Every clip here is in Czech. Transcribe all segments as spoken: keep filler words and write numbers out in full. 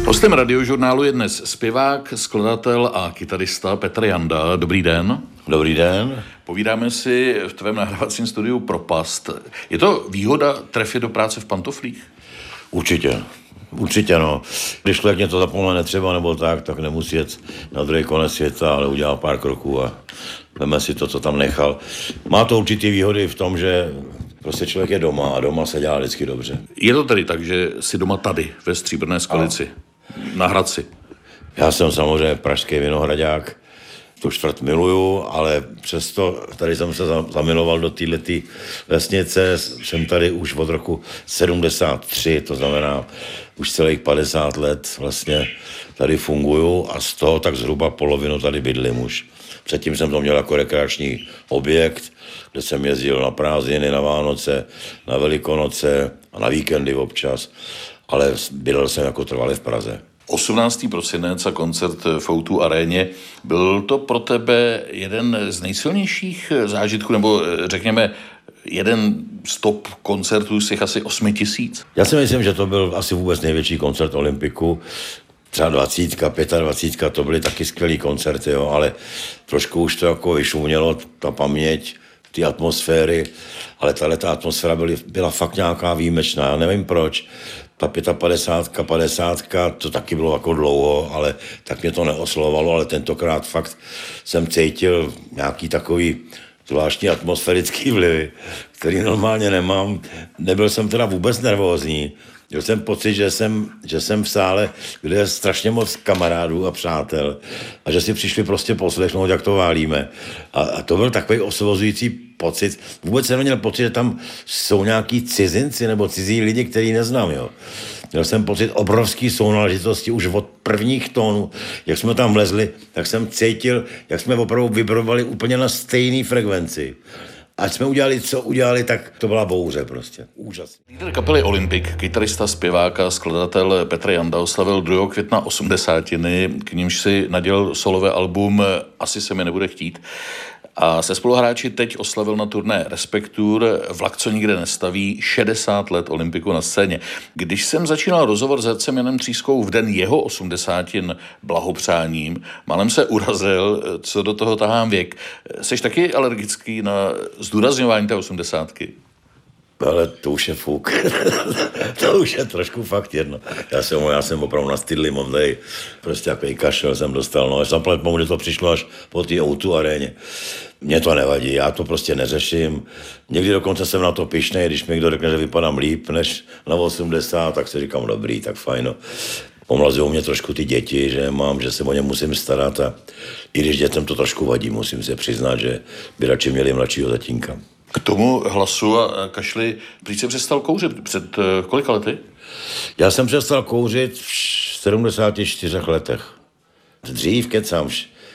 Hostem Radiožurnálu je dnes zpěvák, skladatel a kytarista Petr Janda. Dobrý den. Dobrý den. Povídáme si v tvém nahrávacím studiu Propast. Je to výhoda trefit do práce v pantoflích? Určitě. Určitě, no. Když člověk něco zapomene třeba nebo tak, tak nemusí jet na druhý konec světa, ale udělá pár kroků a veme si to, co tam nechal. Má to určitý výhody v tom, že prostě člověk je doma a doma se dělá vždycky dobře. Je to tedy tak, že jsi doma tady, ve Stříbrné Skalici, na Hradci? Já jsem samozřejmě pražský vinohradák, tu čtvrt miluju, ale přesto tady jsem se zamiloval do této vesnice. Jsem tady už od roku sedmdesát tři, to znamená už celých padesát let vlastně tady funguju a z toho tak zhruba polovinu tady bydlím už. Předtím jsem to měl jako rekreační objekt, kde jsem jezdil na prázdniny, na Vánoce, na Velikonoce a na víkendy občas, ale bydlel jsem jako trvale v Praze. osmnáctého prosince a koncert v O dva aréně. Byl to pro tebe jeden z nejsilnějších zážitků, nebo řekněme jeden z top koncertů z těch asi osmi tisíc? Já si myslím, že to byl asi vůbec největší koncert Olympiku. Třeba dvacítka, pětadvacítka, to byly taky skvělý koncerty, jo, ale trošku už to jako vyšumělo, ta paměť, ty atmosféry, ale tahle ta atmosféra byla, byla fakt nějaká výjimečná, já nevím proč. Ta padesátka, padesátka, to taky bylo jako dlouho, ale tak mě to neoslovalo, ale tentokrát fakt jsem cítil nějaký takový zvláštní atmosférický vlivy, který normálně nemám. Nebyl jsem teda vůbec nervózní. Měl jsem pocit, že jsem, že jsem v sále, kde je strašně moc kamarádů a přátel a že si přišli prostě poslechnout, jak to válíme. A, a to byl takový osvobozující pocit. Vůbec jsem neměl pocit, že tam jsou nějaký cizinci nebo cizí lidi, který neznám, jo. Měl jsem pocit obrovský sounáležitosti už od prvních tónů. Jak jsme tam vlezli, tak jsem cítil, jak jsme opravdu vibrovali úplně na stejné frekvenci. Ať jsme udělali, co udělali, tak to byla bouře prostě. Úžasný. Lídr kapely Olympik, kytarista, zpěvák a skladatel Petr Janda oslavil druhého května osmdesátiny, k nímž si nadělil solové album Asi se mi nebude chtít. A se spoluhráči teď oslavil na turné Respektur Vlak, co nikde nestaví, šedesát let Olympiku na scéně. Když jsem začínal rozhovor s hercem Janem Třískou v den jeho osmdesátin blahopřáním, málem se urazil, co do toho tahám věk. Seš taky alergický na zdůrazňování té osmdesátky? Ale to už je fuk. To už je trošku fakt jedno. Já jsem, já jsem opravdu nastydlý, mám tady prostě takový kašel jsem dostal. No, až zaplať tomu, že to přišlo až po té O dva aréně. Mně to nevadí, já to prostě neřeším. Někdy dokonce jsem na to pyšnej, když mi někdo řekne, že vypadám líp než na osmdesát, tak si říkám, dobrý, tak fajno. Pomlazují mě trošku ty děti, že mám, že se o ně musím starat a i když dětem to trošku vadí, musím se přiznat, že by radši měli mladšího tatínka. K tomu hlasu a kašli, prý jsi přestal kouřit před kolika lety? Já jsem přestal kouřit v sedmdesáti čtyřech letech. Dřív kecám,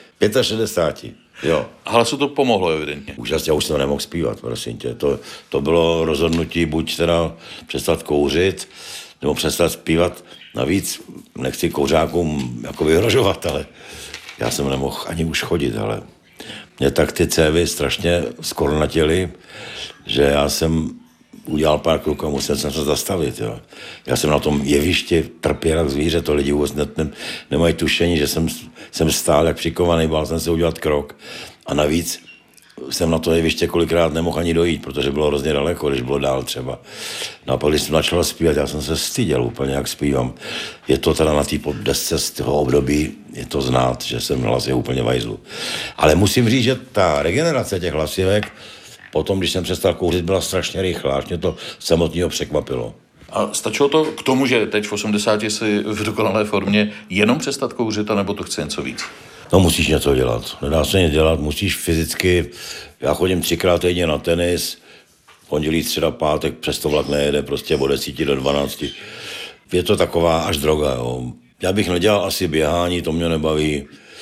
šedesáti pěti. Jo. A hlasu to pomohlo evidentně. Úžasně, já už jsem nemohl zpívat, prosím tě. To, to bylo rozhodnutí buď teda přestat kouřit, nebo přestat zpívat. Navíc nechci kouřákům jako vyhrožovat, ale já jsem nemohl ani už chodit, ale mě tak ty cévy strašně skornatěly, že já jsem udělal pár kroků a musel jsem se zastavit. Jo. Já jsem na tom jevišti trpěl jak zvíře, to lidi vůbec ne, ne, nemají tušení, že jsem, jsem stál jak přikovaný, bál jsem se udělat krok. A navíc jsem na to jeviště kolikrát nemohl ani dojít, protože bylo hrozně daleko, když bylo dál třeba. No a pak, když jsem začal zpívat, já jsem se styděl úplně, jak zpívám. Je to teda na té desce z toho období, je to znát, že jsem hlas je úplně vajzlu. Ale musím říct, že ta regenerace těch hlasivek potom, když jsem přestal kouřit, byla strašně rychlá, až mě to samotného překvapilo. A stačilo to k tomu, že teď v osmdesáti jsi v dokonalé formě jenom přestat kouřit, anebo to chce něco víc? No musíš něco dělat, nedá se nic dělat, musíš fyzicky, já chodím třikrát týdně na tenis, pondělí, středa, pátek, přesto vlak nejede, prostě od deseti do dvanácti. Je to taková až droga, jo. Já bych nedělal asi běhání, to mě nebaví,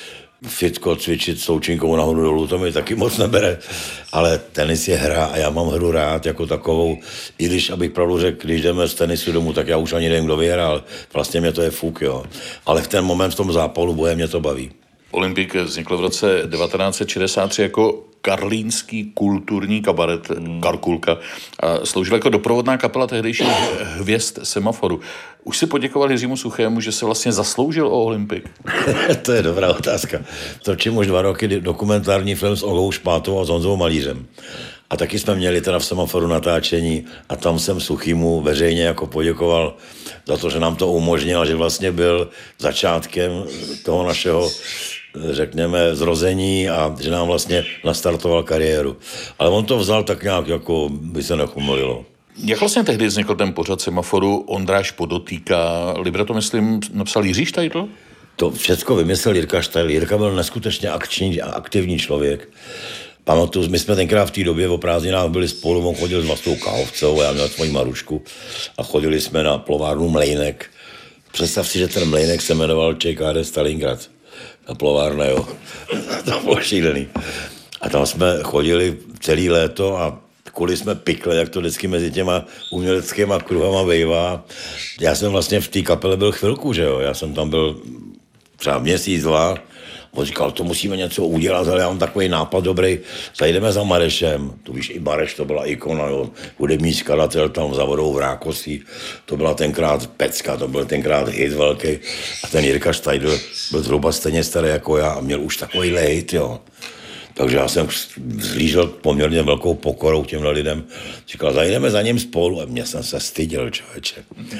fitko, cvičit s toučinkou nahoru dolů, to mi taky moc nebere, ale tenis je hra a já mám hru rád jako takovou, i když, abych pravdu řekl, když jdeme z tenisu domů, tak já už ani nevím, kdo vyhrál, vlastně mě to je fuk, jo, ale v ten moment v tom zápalu boje mě to baví. Olympik vznikl v roce devatenáct set šedesát tři jako karlínský kulturní kabaret hmm. Karkulka a sloužil jako doprovodná kapela tehdejších hvězd Semaforu. Už si poděkoval Jiřímu Suchému, že se vlastně zasloužil o Olympik? To je dobrá otázka. Točím už dva roky dokumentární film s Olgou Špátovou a s Honzou Malířem. A taky jsme měli teda v Semaforu natáčení a tam jsem Suchýmu veřejně jako poděkoval za to, že nám to umožnil, že vlastně byl začátkem toho našeho, řekněme, zrození a že nám vlastně nastartoval kariéru. Ale on to vzal tak nějak, jako by se nechumlilo. Jak vlastně tehdy vznikl ten pořad Semaforu? Ondráš podotýká, libreto, myslím, napsal Jiří Štajdl? To všecko vymyslel Jirka Štajdl. Jirka byl neskutečně akční a aktivní člověk. Pamatuju, my jsme tenkrát v té době o prázdninách byli spolu, on chodil s Vlastou Kahovcovou, já měl svoji Marušku a chodili jsme na plovárnu Mlejnek. Představ si, že ten Mlejnek se jmenoval Č K D Stalingrad. Ta plovárna, jo. To bylo šílený. A tam jsme chodili celý léto a kvůli jsme pikle, jak to vždycky mezi těma uměleckýma kruhama vejvá. Já jsem vlastně v té kapele byl chvilku, že jo. Já jsem tam byl třeba měsíc, dva. On říkal, to musíme něco udělat, ale já mám takový nápad dobrý, zajdeme za Marešem. Tu víš, i Mareš, to byla ikona, jo. Hudební skladatel tam za vodou v Rákosí. To byla tenkrát pecka, to byl tenkrát hit velký. A ten Jirka Štajdl byl zhruba stejně starý jako já a měl už takový hit, jo. Takže já jsem zhlížel poměrně velkou pokorou těmhle lidem. Říkal, zajdeme za ním spolu. A mě jsem se styděl, člověče.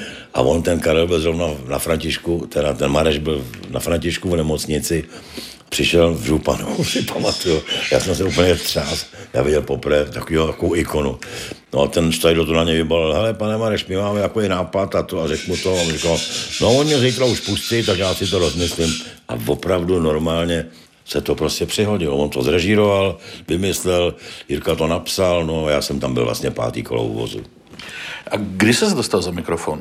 A on, ten Karel, byl zrovna na Františku, teda ten Mareš byl na Františku v nemocnici, přišel v Županu, si pamatuju. Já jsem se úplně třás. Já viděl poprvé takovou, takovou ikonu. No a ten Štajdl to na ně vybalil. Hele, pane Mareš, my máme takový nápad a to. A řekl mu to. A on říkal, no on mě zítra už pustí, tak já si to rozmyslím. A opravdu normálně se to prostě přihodilo. On to zrežíroval, vymyslel, Jirka to napsal, no já jsem tam byl vlastně pátý kolo u vozu. A kdy ses dostal za mikrofon?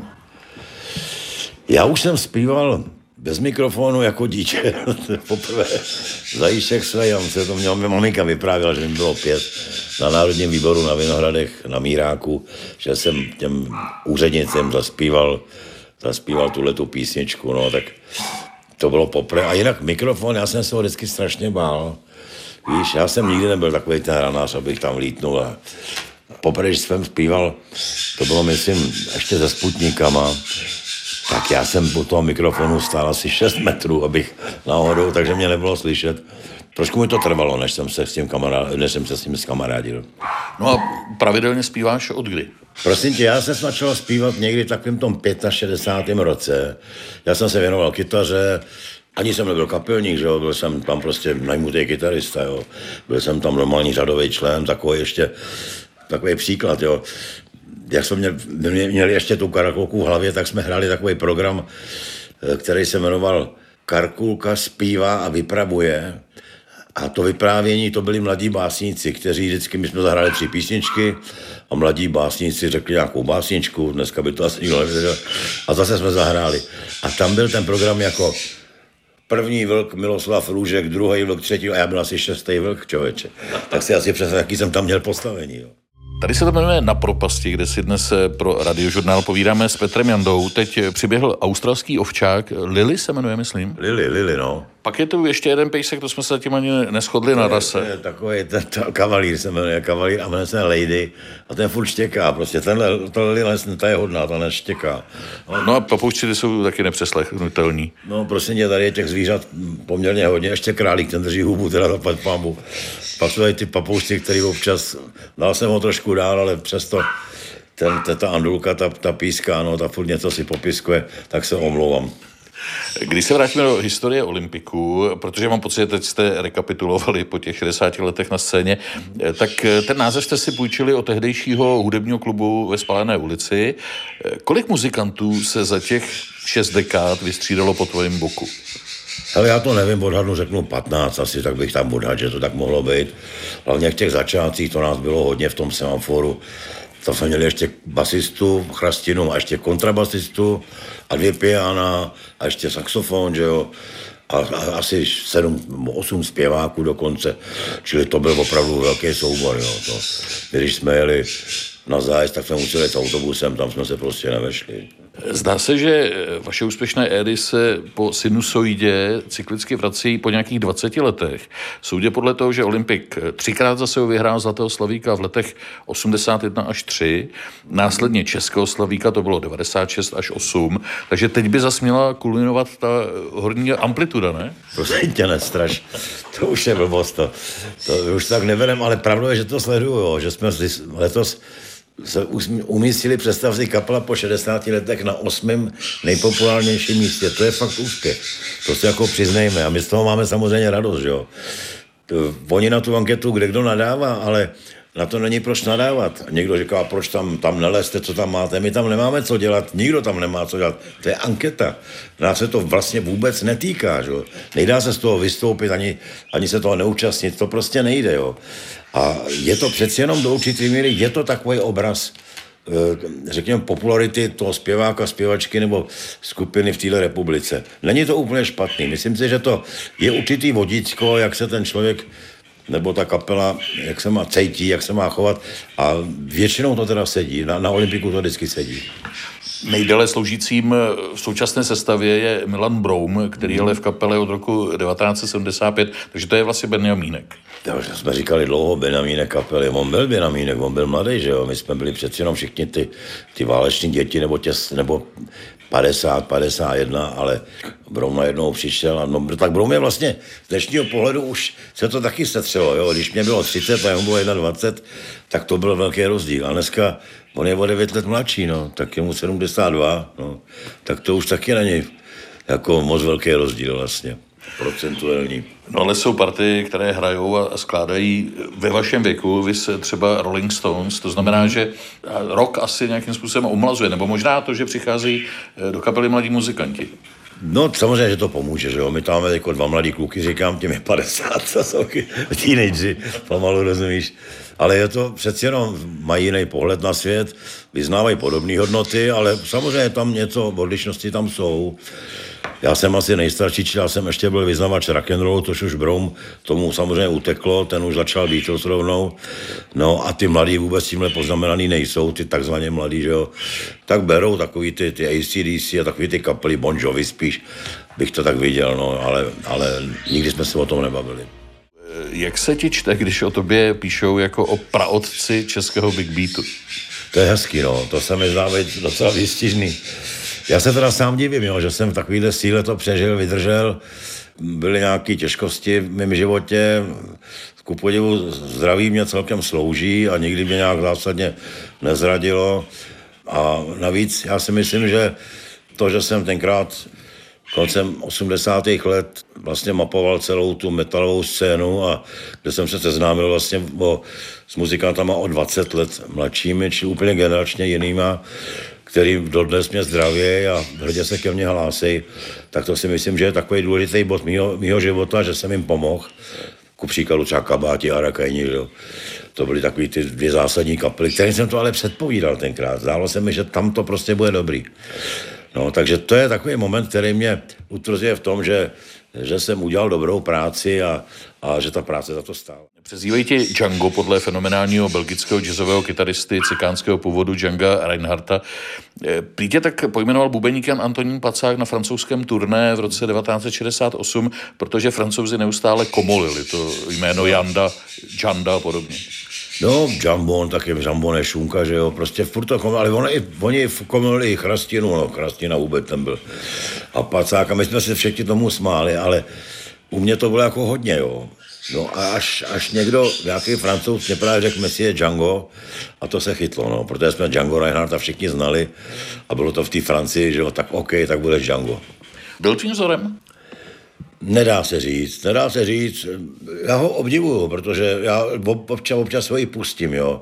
Já už jsem zpíval bez mikrofonu jako dítě. Poprvé Zajíšek Svejam se to měl, maminka vyprávěla, že mi bylo pět na Národním výboru na Vinohradech, na Míráku, že jsem těm úřednicím zaspíval, zaspíval tuhletu písničku, no tak to bylo poprvé. A jinak mikrofon, já jsem se ho vždycky strašně bál. Víš, já jsem nikdy nebyl takový ten hranář, abych tam lítnul. A poprvé, když jsem zpíval, to bylo, myslím, ještě se Sputnikama, tak já jsem po toho mikrofonu stál asi šest metrů, abych náhodou, takže mě nebylo slyšet. Trošku mi to trvalo, než jsem se s tím, kamarád, než jsem se s tím zkamarádil. No a pravidelně zpíváš od kdy? Prosím tě, já jsem začal zpívat někdy v takovém tom šedesátém pátém roce. Já jsem se věnoval kytaře, ani jsem nebyl kapelník, že jo, byl jsem tam prostě najmutý kytarista, jo. Byl jsem tam normální řadový člen, takový ještě, takový příklad, jo. Jak jsme měli, měli ještě tu karakolku v hlavě, tak jsme hráli takový program, který se jmenoval Karkulka zpívá a vypravuje. A to vyprávění, to byli mladí básníci, kteří vždycky, my jsme zahráli tři písničky a mladí básníci řekli nějakou básničku, dneska by to asi nikdo nevěděl, a zase jsme zahráli. A tam byl ten program jako první vlk Miloslav Růžek, druhý vlk, třetí, a já byl asi šestý vlk, člověče. Tak si asi představ, jaký jsem tam měl postavení, jo. Tady se to jmenuje Na propasti, kde si dnes pro Radiožurnál povídáme s Petrem Jandou. Teď přiběhl australský ovčák, Lily se jmenuje, myslím. Lily, Lily, no. Pak je tu ještě jeden pejsek, to jsme se zatím ani neschodli to na rase. To je takový, ten to, kavalír se jmenuje, kavalír a jmenuje se Lady a ten furt štěká, prostě tenhle, ta Lily, ta je hodná, ta neštěká. No, no a papoušci jsou taky nepřeslechnutelní. No prosím tě, tady je těch zvířat poměrně hodně, ještě králík, ten drží hubu, teda zapad pámu. Pak jsou tady ty papoušci, který občas, dal jsem ho trošku dál, ale přesto ten, ta Andulka, ta, ta píská, no, ta furt něco si popiskuje, tak se omlouvám. Když se vrátíme do historie Olympiku, protože mám pocit, že teď jste rekapitulovali po těch šedesáti letech na scéně, tak ten název jste si půjčili od tehdejšího hudebního klubu ve Spálené ulici. Kolik muzikantů se za těch šest dekád vystřídalo po tvojím boku? Ale já to nevím, odhadnu, řeknu patnáct asi, tak bych tam odhadl, že to tak mohlo být. Hlavně v těch začátcích to nás bylo hodně v tom Semaforu. Tam jsme měli ještě basistu, chrastinu a ještě kontrabasistu a dvě piana a ještě saxofon, že jo. A, a asi sedm, osm zpěváků dokonce. Čili to byl opravdu velký soubor, jo. To, když jsme jeli na zájezd, tak jsme museli s autobusem, tam jsme se prostě nevešli. Zdá se, že vaše úspěšné éry se po sinusoidě cyklicky vrací po nějakých dvaceti letech. Soudě podle toho, že Olympik třikrát za sebou vyhrál Zlatého slavíka v letech osmdesát jedna až tři, následně Českého slavíka to bylo devadesát šest až osm, takže teď by zas měla kulminovat ta horní amplituda, ne? Prosím tě, nestraš. To už je blbost, to, to už tak nevedem, ale pravda je, že to sleduju, jo, že jsme letos se umístili, představ si, kapela po šedesáti letech na osmém nejpopulárnějším místě. To je fakt úspěch. To si jako přiznejme. A my z toho máme samozřejmě radost, že jo. To, oni na tu anketu, kde kdo nadává, ale na to není proč nadávat. Někdo říká, proč tam, tam nelezte, co tam máte. My tam nemáme co dělat, nikdo tam nemá co dělat. To je anketa. Nás se to vlastně vůbec netýká, že jo. Nejdá se z toho vystoupit, ani, ani se toho neúčastnit, to prostě nejde, jo. A je to přeci jenom do určitý míry, je to takový obraz, řekněme, popularity toho zpěváka, zpěvačky nebo skupiny v této republice. Není to úplně špatný. Myslím si, že to je určitý vodítko, jak se ten člověk nebo ta kapela, jak se má cítí, jak se má chovat. A většinou to teda sedí. Na, na Olympiku to vždycky sedí. Nejdéle sloužícím v současné sestavě je Milan Broum, který je v kapele od roku devatenáct set sedmdesát pět, takže to je vlastně Benjamínek. To už jsme říkali dlouho Benjamínek kapely. On byl Benjamínek, on byl mladý, že jo? My jsme byli přeci jenom všichni ty, ty váleční děti, nebo, těs, nebo padesát, padesát jedna, ale Broum najednou přišel. A no, tak Broum je vlastně z dnešního pohledu už se to taky setřelo, jo? Když mě bylo třicet a jemu bylo dvacet jedna, tak to byl velký rozdíl. A dneska on je o devět let mladší, no, tak je mu sedmdesát dva, no, tak to už taky není jako moc velký rozdíl vlastně, procentuální. No ale jsou party, které hrajou a skládají ve vašem věku, vy se třeba Rolling Stones, to znamená, že rock asi nějakým způsobem omlazuje, nebo možná to, že přichází do kapely mladí muzikanti. No samozřejmě, že to pomůže, že jo, my tam máme jako dva mladí kluky, říkám, těm je padesát, co jsou teenageři, pomalu, rozumíš. Ale je to přeci jenom, mají jiný pohled na svět, vyznávají podobné hodnoty, ale samozřejmě tam něco, odlišnosti tam jsou. Já jsem asi nejstarší, či já jsem ještě byl vyznavač rock'n'rollu, tož už Broum tomu samozřejmě uteklo, ten už začal Beatles rovnou. No a ty mladí vůbec tímhle poznamenaný nejsou, ty takzvaně mladí, že jo. Tak berou takový ty, ty A C D C a takový ty kapely, Bon Jovi spíš, bych to tak viděl, no, ale, ale nikdy jsme se o tom nebavili. Jak se ti čte, když o tobě píšou jako o praotci českého big beatu? To je hezký, no, to se mi zdá být docela výstižný. Já se teda sám divím, jo, že jsem v takovýhle síle to přežil, vydržel. Byly nějaké těžkosti v mém životě. Ku podivu zdraví mě celkem slouží a nikdy mě nějak zásadně nezradilo. A navíc já si myslím, že to, že jsem tenkrát koncem osmdesátých let vlastně mapoval celou tu metalovou scénu a kde jsem se seznámil vlastně o, s muzikantama o dvacet let mladšími, či úplně generačně jinýma, který dodnes mě zdraví a hrdě se ke mně hlásí, tak to si myslím, že je takový důležitý bod mýho, mýho života, že jsem jim pomohl. Ku příkladu třeba Kabáti a Rakajni, že? To byly takový ty dvě zásadní kapely, které jsem to ale předpovídal tenkrát. Zdálo se mi, že tam to prostě bude dobrý. No, takže to je takový moment, který mě utvrzuje v tom, že, že jsem udělal dobrou práci a, a že ta práce za to stála. Přezdívají tě Django podle fenomenálního belgického jazzového kytaristy cikánského původu Djanga Reinhardta. Prý tě tak pojmenoval bubeník Jan Antonín Pacák na francouzském turné v roce devatenáct set šedesát osm, protože Francouzi neustále komolili to jméno Janda, Janda a podobně. No, Jambon, taky Jambon je šunka, že jo, prostě furt to komolili, ale oni, oni komolili i Chrastinu, no, Chrastina vůbec ten byl. A Pacák, a my jsme se všichni tomu smáli, ale u mě to bylo jako hodně, jo. No a až, až někdo, nějaký Francouz, mě právě řekl, Messi je Django, a to se chytlo, no, protože jsme Django Reinhardta všichni znali a bylo to v té Francii, že jo, tak OK, tak budeš Django. Byl tvým vzorem? Nedá se říct, nedá se říct, já ho obdivuju, protože já občas, občas ho i pustím, jo,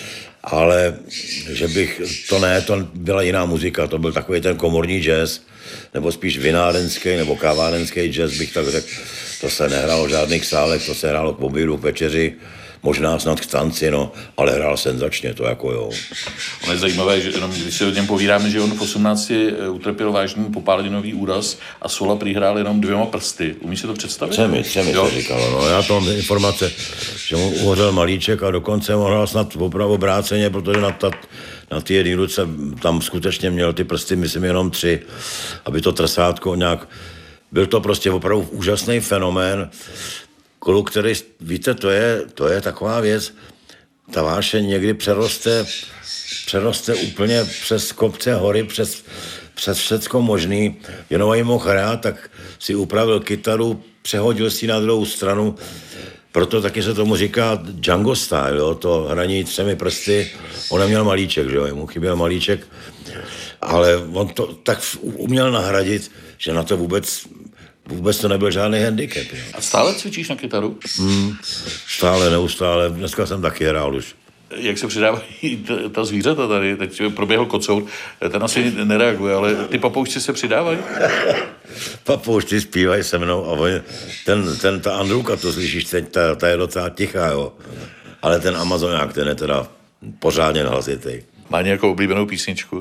ale že bych, to ne, to byla jiná muzika, to byl takový ten komorní jazz, nebo spíš vinárenský nebo kávárenský jazz, bych tak řekl. To se nehrálo v žádných sálech, to se hrálo k obědu, k večeři, možná snad k tanci, no, ale hrál senzačně, to jako jo. Ono je zajímavé, že jenom když si o něm povídáme, že on v osmnácti utrpěl vážný popáleninový úraz a sola prý hrál jenom dvěma prsty. Umíš si to představit? Třemi, třemi se říkalo, no. Já to mám informace, že mu uhořel malíček a dokonce on hrál snad opravdu obráceně, protože na, ta, na ty jedné ruce, tam skutečně měl ty prsty, myslím, jenom tři, aby to trsátko nějak... Byl to prostě opravdu úžasný fenomén. Kluk, který, víte, to je, to je taková věc, ta vášeň někdy přeroste, přeroste úplně přes kopce, hory, přes, přes všecko možný. Jenom jim mohl hrát, tak si upravil kytaru, přehodil si na druhou stranu. Proto taky se tomu říká Django style, jo? To hraní třemi prsty. On neměl malíček, že jo, mu chyběl malíček, ale on to tak uměl nahradit, že na to vůbec, vůbec to nebyl žádný handicap. Jo? A stále cvičíš na kytaru? Hmm, stále, neustále. Dneska jsem taky hrál už. Jak se přidávají ta zvířata tady, teď proběhl kocour, ten asi nereaguje, ale ty papoušci se přidávají? Papoušci zpívají se mnou a on, ten, ten, ta Andrůka, to slyšíš teď, ta, ta je docela tichá, jo. Ale ten Amazonák, ten je teda pořádně hlasitý. Má nějakou oblíbenou písničku?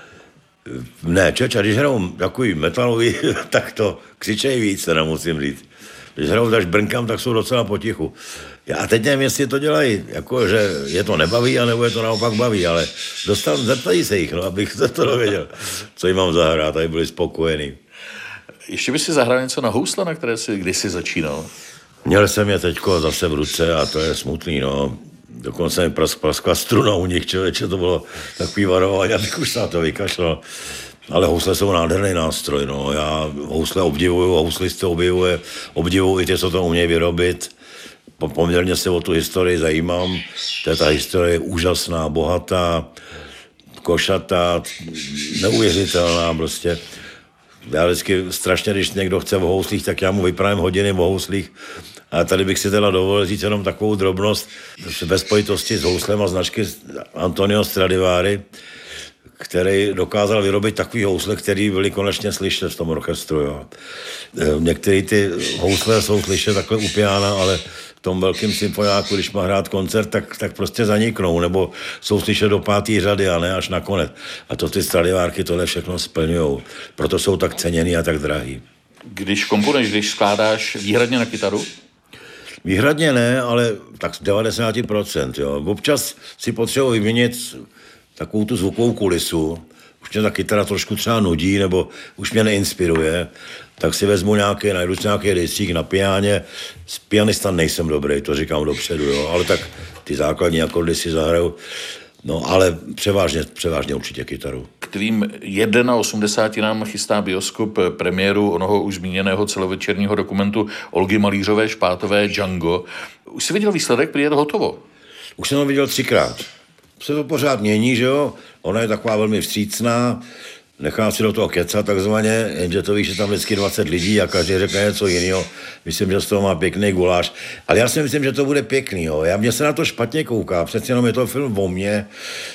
Ne, čeč, a když hrajou takový metalový, tak to křičej víc, teda musím říct. Když hrajou tak brnkám, tak jsou docela potichu. Já teď nevím, jestli to dělají, jako, že je to nebaví, anebo je to naopak baví, ale dostal, zeptají se jich, no, abych se to dověděl, co jim mám zahrát, aby byli spokojení. Ještě by si zahrál něco na housle, na které jsi kdysi začínal? Měl jsem je teďko zase v ruce a to je smutný, no. Dokonce mi prask, praskla struna u nich, člověče, to bylo takový varování, abych už se na to vykašlal. Ale housle jsou nádherný nástroj, no. Já housle obdivuju, houslisty obdivuju, obdivuju i ty, co to umějí vyrobit. Poměrně se o tu historii zajímám. To je ta historie úžasná, bohatá, košatá, neuvěřitelná prostě. Já vždycky strašně, když někdo chce o houslích, tak já mu vyprávím hodiny o houslích. A tady bych si teda dovolil říct jenom takovou drobnost ve spojitosti s houslem a značky Antonio Stradivari, který dokázal vyrobit takový housle, který byli konečně slyšet v tom orchestru. Jo. Některé ty housle jsou slyšet takhle u piana, ale v tom velkém symfoniáku, když má hrát koncert, tak, tak prostě zaniknou, nebo jsou slyšet do pátý řady a ne až nakonec. A to ty Stradivárky tohle všechno splňujou. Proto jsou tak ceněný a tak drahý. Když komponuješ, když skládáš výhradně na kytaru? Výhradně ne, ale tak devadesát procent. Jo. Občas si potřebuji vyměnit takovou tu zvukovou kulisu. Už mě ta kytara trošku třeba nudí, nebo už mě neinspiruje, tak si vezmu nějaký, najdu nějaký rejstřík na piáně. Z pianista nejsem dobrý, to říkám dopředu, jo, ale tak ty základní akordy si zahraju. No, ale převážně, převážně určitě kytaru. K tvým osmdesáti nám chystá Bioskop premiéru onoho už zmíněného celovečerního dokumentu Olgy Malířové Špátové Django. Už jsi viděl výsledek, prý je to hotovo? Už jsem ho viděl třikrát. Se to pořád mění, že jo? Ona je taková velmi vstřícná, nechá si do toho kecat takzvaně, jenže to víš, že tam vždycky dvacet lidí a každý řekne něco jiného. Myslím, že z toho má pěkný guláš. Ale já si myslím, že to bude pěkný, jo. Já mě se na to špatně kouká, přece jenom je to film o mně.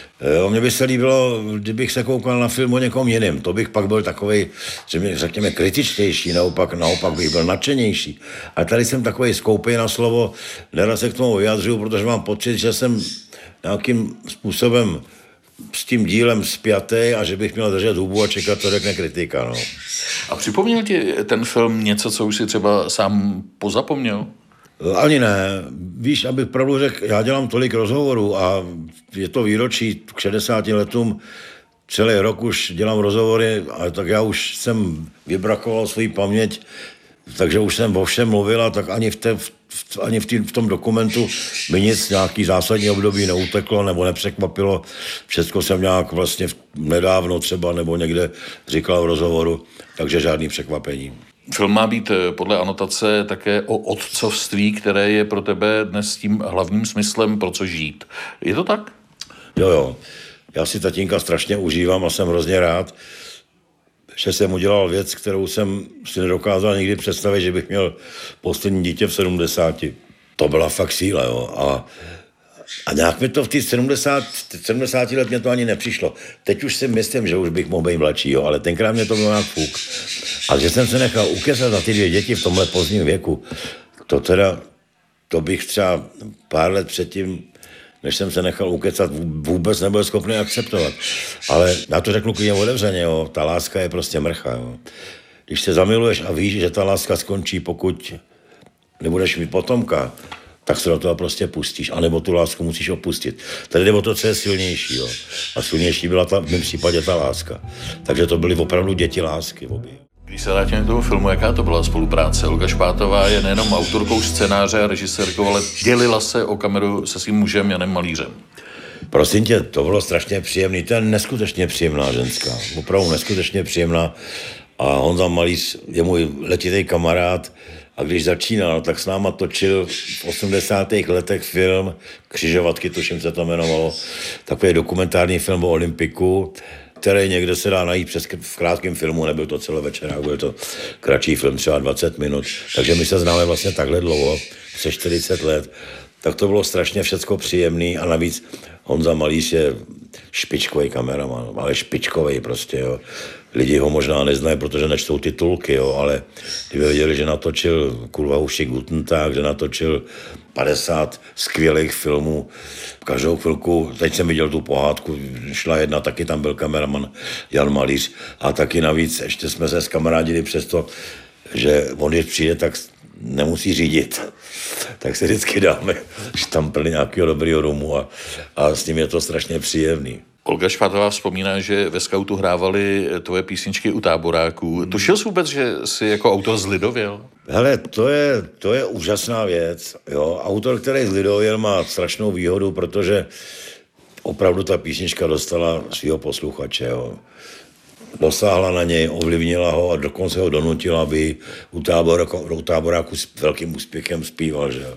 O mně by se líbilo, kdybych se koukal na film o někom jiném. To bych pak byl takovej, řekněme, kritičtější, naopak, naopak bych byl nadšenější. A tady jsem takovej skoupej na slovo, nerad se k tomu vyjadřuju, protože mám pocit, že jsem nějakým způsobem s tím dílem spjatý a že bych měl držet hubu a čekat, co řekne kritika. No. A připomněl ti ten film něco, co už si třeba sám pozapomněl? Ani ne. Víš, abych pravdu řekl, já dělám tolik rozhovorů a je to výročí k šedesáti letům, celý rok už dělám rozhovory, a tak já už jsem vybrakoval svou paměť, takže už jsem o všem mluvil a tak ani v, té, v, ani v, tý, v tom dokumentu mi nic nějaký zásadní období neuteklo nebo nepřekvapilo. Všechno jsem nějak vlastně nedávno třeba nebo někde říkal v rozhovoru, takže žádný překvapení. Film má být podle anotace také o otcovství, které je pro tebe dnes tím hlavním smyslem, pro co žít. Je to tak? Jo, jo. Já si tatínka strašně užívám a jsem hrozně rád, že jsem udělal věc, kterou jsem si nedokázal nikdy představit, že bych měl poslední dítě v sedmdesáti. To byla fakt síla, jo. A, a nějak mi to v těch sedmdesáti let mě to ani nepřišlo. Teď už si myslím, že už bych mohl být mladší, jo, ale tenkrát mě to bylo nějak fuk. A že jsem se nechal ukecat na ty dvě děti v tomhle pozdním věku, to teda, to bych třeba pár let předtím, než jsem se nechal ukecat, vůbec nebyl schopný akceptovat. Ale já to řeknu klidně otevřeně, jo, ta láska je prostě mrcha, jo. Když se zamiluješ a víš, že ta láska skončí, pokud nebudeš mít potomka, tak se do toho prostě pustíš, anebo tu lásku musíš opustit. Tady jde o to, co je silnější, jo. A silnější byla ta, v mém případě ta láska. Takže to byly opravdu děti lásky obě. Když se vrátíme k tomu filmu, jaká to byla spolupráce? Olga Špátová je nejenom autorkou scénáře a režisérkou, ale dělila se o kameru se svým mužem Janem Malířem. Prosím tě, to bylo strašně příjemný, to je neskutečně příjemná ženská, opravdu neskutečně příjemná. A Honza Malíř je můj letitý kamarád a když začínal, tak s náma točil v osmdesátých letech film Křižovatky, tuším se to jmenovalo, takový dokumentární film o Olympiku, který někde se dá najít přes, v krátkém filmu, nebyl to celovečerák, byl to kratší film, třeba dvacet minut. Takže my se známe vlastně takhle dlouho, přes čtyřicet let. Tak to bylo strašně všecko příjemný a navíc Honza Malíř je špičkový kameraman, ale špičkový prostě, jo. Lidi ho možná neznají, protože nečtou titulky, jo, ale kdyby věděli, že natočil Kulvauši Guten Tag, že natočil padesát skvělých filmů, každou chvilku, teď jsem viděl tu pohádku, šla jedna, taky tam byl kameraman Jan Malíř a taky navíc ještě jsme se zkamarádili přesto, že on, když přijde, tak nemusí řídit. Tak se vždycky dáme štamprli nějakého dobrýho rumu a, a s ním je to strašně příjemný. Olga Špátová vzpomíná, že ve skautu hrávali tvoje písničky u táboráků. Tušil jsi vůbec, že jsi jako autor zlidověl? Hele, to je, to je úžasná věc. Jo. Autor, který zlidověl, má strašnou výhodu, protože opravdu ta písnička dostala svého posluchače. Jo. Dosáhla na něj, ovlivnila ho a dokonce ho donutila, aby u táboráku, u táboráku s velkým úspěchem zpíval. Že?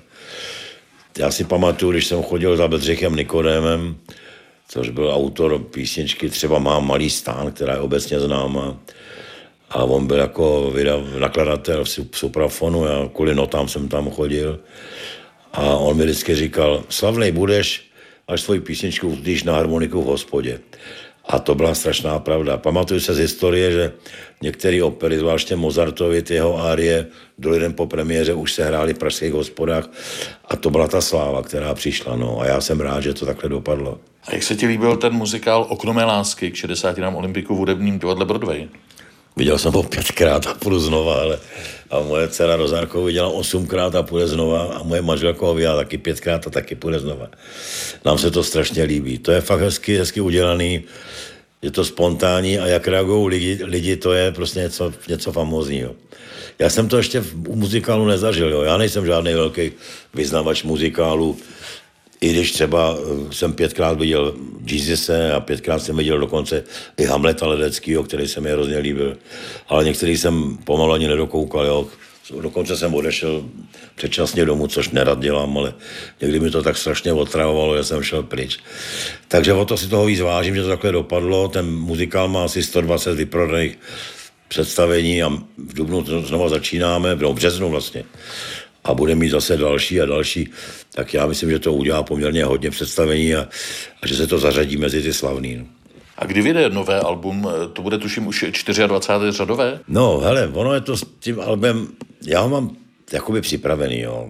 Já si pamatuju, když jsem chodil za Bedřichem Nikodémem, což byl autor písničky Třeba mám malý stán, která je obecně známá. A on byl jako vydav, nakladatel v Suprafonu, já kvůli notám jsem tam chodil. A on mi vždycky říkal, slavnej budeš, až svoji písničku udíš na harmoniku v hospodě. A to byla strašná pravda. Pamatuju se z historie, že některé opery, zvláště Mozartovi, ty jeho árie, druhý den po premiéře už se hrály v pražských hospodách a to byla ta sláva, která přišla. No. A já jsem rád, že to takhle dopadlo. A jak se ti líbil ten muzikál Okno mé lásky k šedesátinám Olympiku v hudebním divadle Broadway? Viděl jsem ho pětkrát a půjdu znova, ale a moje dcera Rozárkovou viděla osmkrát a půjde znova a moje manželka ho viděla taky pětkrát a taky půjde znova. Nám se to strašně líbí. To je fakt hezky, hezky udělaný, je to spontánní a jak reagují lidi, lidi, to je prostě něco, něco famózního. Já jsem to ještě v muzikálu nezažil, jo. Já nejsem žádný velký vyznavač muzikálu, i když třeba jsem pětkrát viděl Jeezuse a pětkrát jsem viděl dokonce i Hamleta Ledeckýho, který se mi hrozně líbil. Ale některý jsem pomalu ani nedokoukal, jo. Dokonce jsem odešel předčasně domů, což nerad dělám, ale někdy mi to tak strašně otravovalo, že jsem šel pryč. Takže o to si toho víc vážím, že to takhle dopadlo. Ten muzikál má asi sto dvacet vyprodaných představení a v dubnu znova začínáme, v březnu vlastně. A bude mít zase další a další, tak já myslím, že to udělá poměrně hodně představení a, a že se to zařadí mezi ty slavný. No. A kdy vyjde nové album? To bude tuším už dvacáté čtvrté řadové? No, hele, ono je to s tím albem, já ho mám jakoby připravený, jo.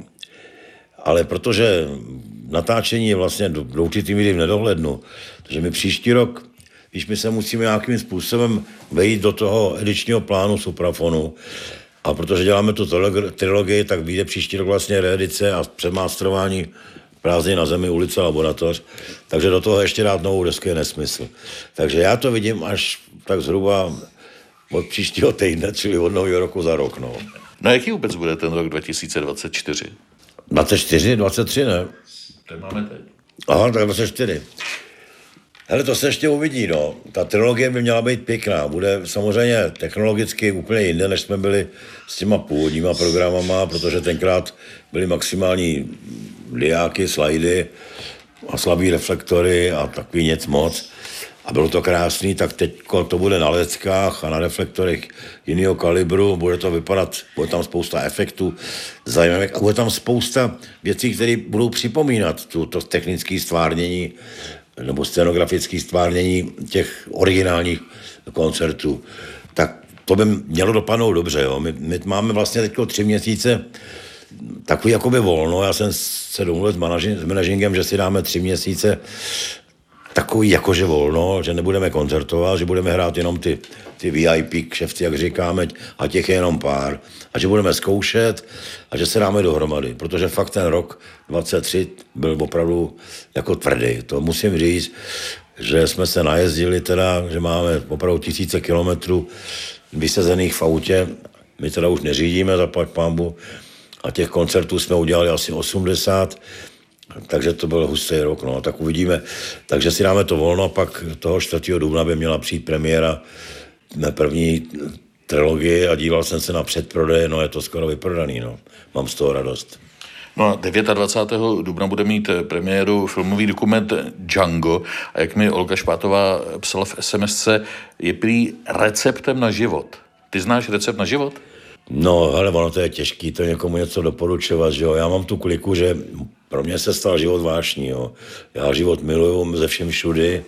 Ale protože natáčení je vlastně do, do určitý míry v nedohlednu, takže my příští rok, když my se musíme nějakým způsobem vejít do toho edičního plánu Suprafonu, a protože děláme tu trilogii, tak vyjde příští rok vlastně reedice a přemástrování Prázdniny na zemi, ulice Laboratoř. Takže do toho ještě dát novou desku je nesmysl. Takže já to vidím až tak zhruba od příštího týdne, čili od nového roku za rok. No, no jaký vůbec bude ten rok dva tisíce dvacet čtyři? dvacet čtyři, dvacet tři, ne? To máme teď. Aha, tak dvacet čtyři. Hele, to se ještě uvidí, no. Ta trilogie by měla být pěkná. Bude samozřejmě technologicky úplně jinde, než jsme byli s těma původníma programama, protože tenkrát byly maximální diáky, slajdy a slabý reflektory a takový nic moc. A bylo to krásný, tak teď to bude na leckách a na reflektorech jiného kalibru, bude to vypadat, bude tam spousta efektů zajímavých a bude tam spousta věcí, které budou připomínat tu, to technické stvárnění nebo scenografické stvárnění těch originálních koncertů. Tak to by mělo dopadnout dobře. Jo. My, my máme vlastně teď tři měsíce takový jakoby volno. Já jsem se domluvil s, manaži- s manažingem, že si dáme tři měsíce takový jakože volno, že nebudeme koncertovat, že budeme hrát jenom ty, ty V I P kšefty, jak říkáme, a těch je jenom pár. A že budeme zkoušet a že se dáme dohromady, protože fakt ten rok dvacet tři byl opravdu jako tvrdý. To musím říct, že jsme se najezdili teda, že máme opravdu tisíce kilometrů vysezených v autě. My teda už neřídíme, zaplať pánbu, a těch koncertů jsme udělali asi osmdesát, takže to byl hustý rok, no, tak uvidíme. Takže si dáme to volno, pak toho čtvrtého dubna by měla přijít premiéra na první trilogii a díval jsem se na předprodej, no je to skoro vyprodaný, no. Mám z toho radost. No a dvacátého devátého dubna bude mít premiéru filmový dokument Django a jak mi Olga Špátová psala v SMSce, je prý receptem na život. Ty znáš recept na život? No, hele, ono to je těžký, to někomu něco doporučovat, že jo. Já mám tu kliku, že pro mě se stal život vášní, jo. Já život miluju ze všem všudy.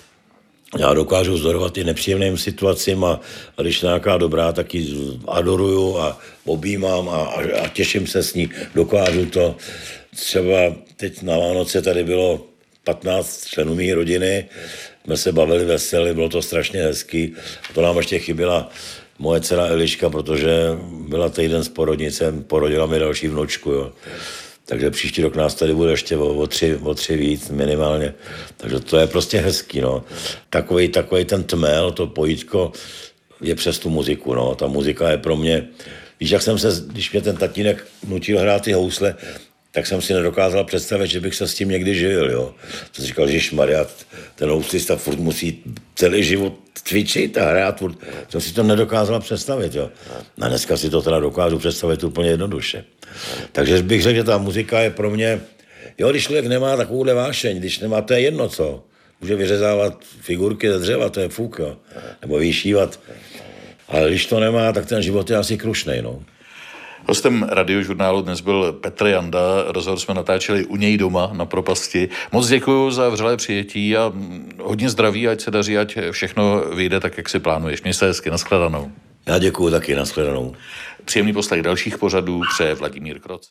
Já dokážu vzdorovat i nepříjemným situacím a, a když nějaká dobrá, tak ji adoruju a objímám a, a, a těším se s ní. Dokážu to. Třeba teď na Vánoce tady bylo patnáct členů mé rodiny, jsme se bavili veseli, bylo to strašně hezký. A to nám ještě chyběla moje dcera Eliška, protože byla týden s porodnicem, porodila mi další vnučku, jo. Takže příští rok nás tady bude ještě o, o, tři, o tři víc minimálně. Takže to je prostě hezký, no. Takovej, takovej ten tmel, to pojítko je přes tu muziku, no. Ta muzika je pro mě, víš, jak jsem se, když mě ten tatínek nutil hrát ty housle, tak jsem si nedokázal představit, že bych se s tím někdy živil, jo. Jsem říkal, ježišmarja, ten houslista furt musí celý život cvičit a hrát furt. Jsem si to nedokázal představit, jo. A dneska si to teda dokážu představit úplně jednoduše. Takže bych řekl, že ta muzika je pro mě, jo, když člověk nemá takovouhle vášeň, když nemá, to je jedno co. Může vyřezávat figurky ze dřeva, to je fuk, jo. Nebo vyšívat. Ale když to nemá, tak ten život je asi krušnej, no. Hostem Radiožurnálu dnes byl Petr Janda, rozhovor jsme natáčeli u něj doma na Propasti. Moc děkuju za vřelé přijetí a hodně zdraví, ať se daří, ať všechno vyjde tak, jak si plánuješ. Měj se hezky, nashledanou. Já děkuju taky, nashledanou. Příjemný poslech dalších pořadů přeje Vladimír Kroc.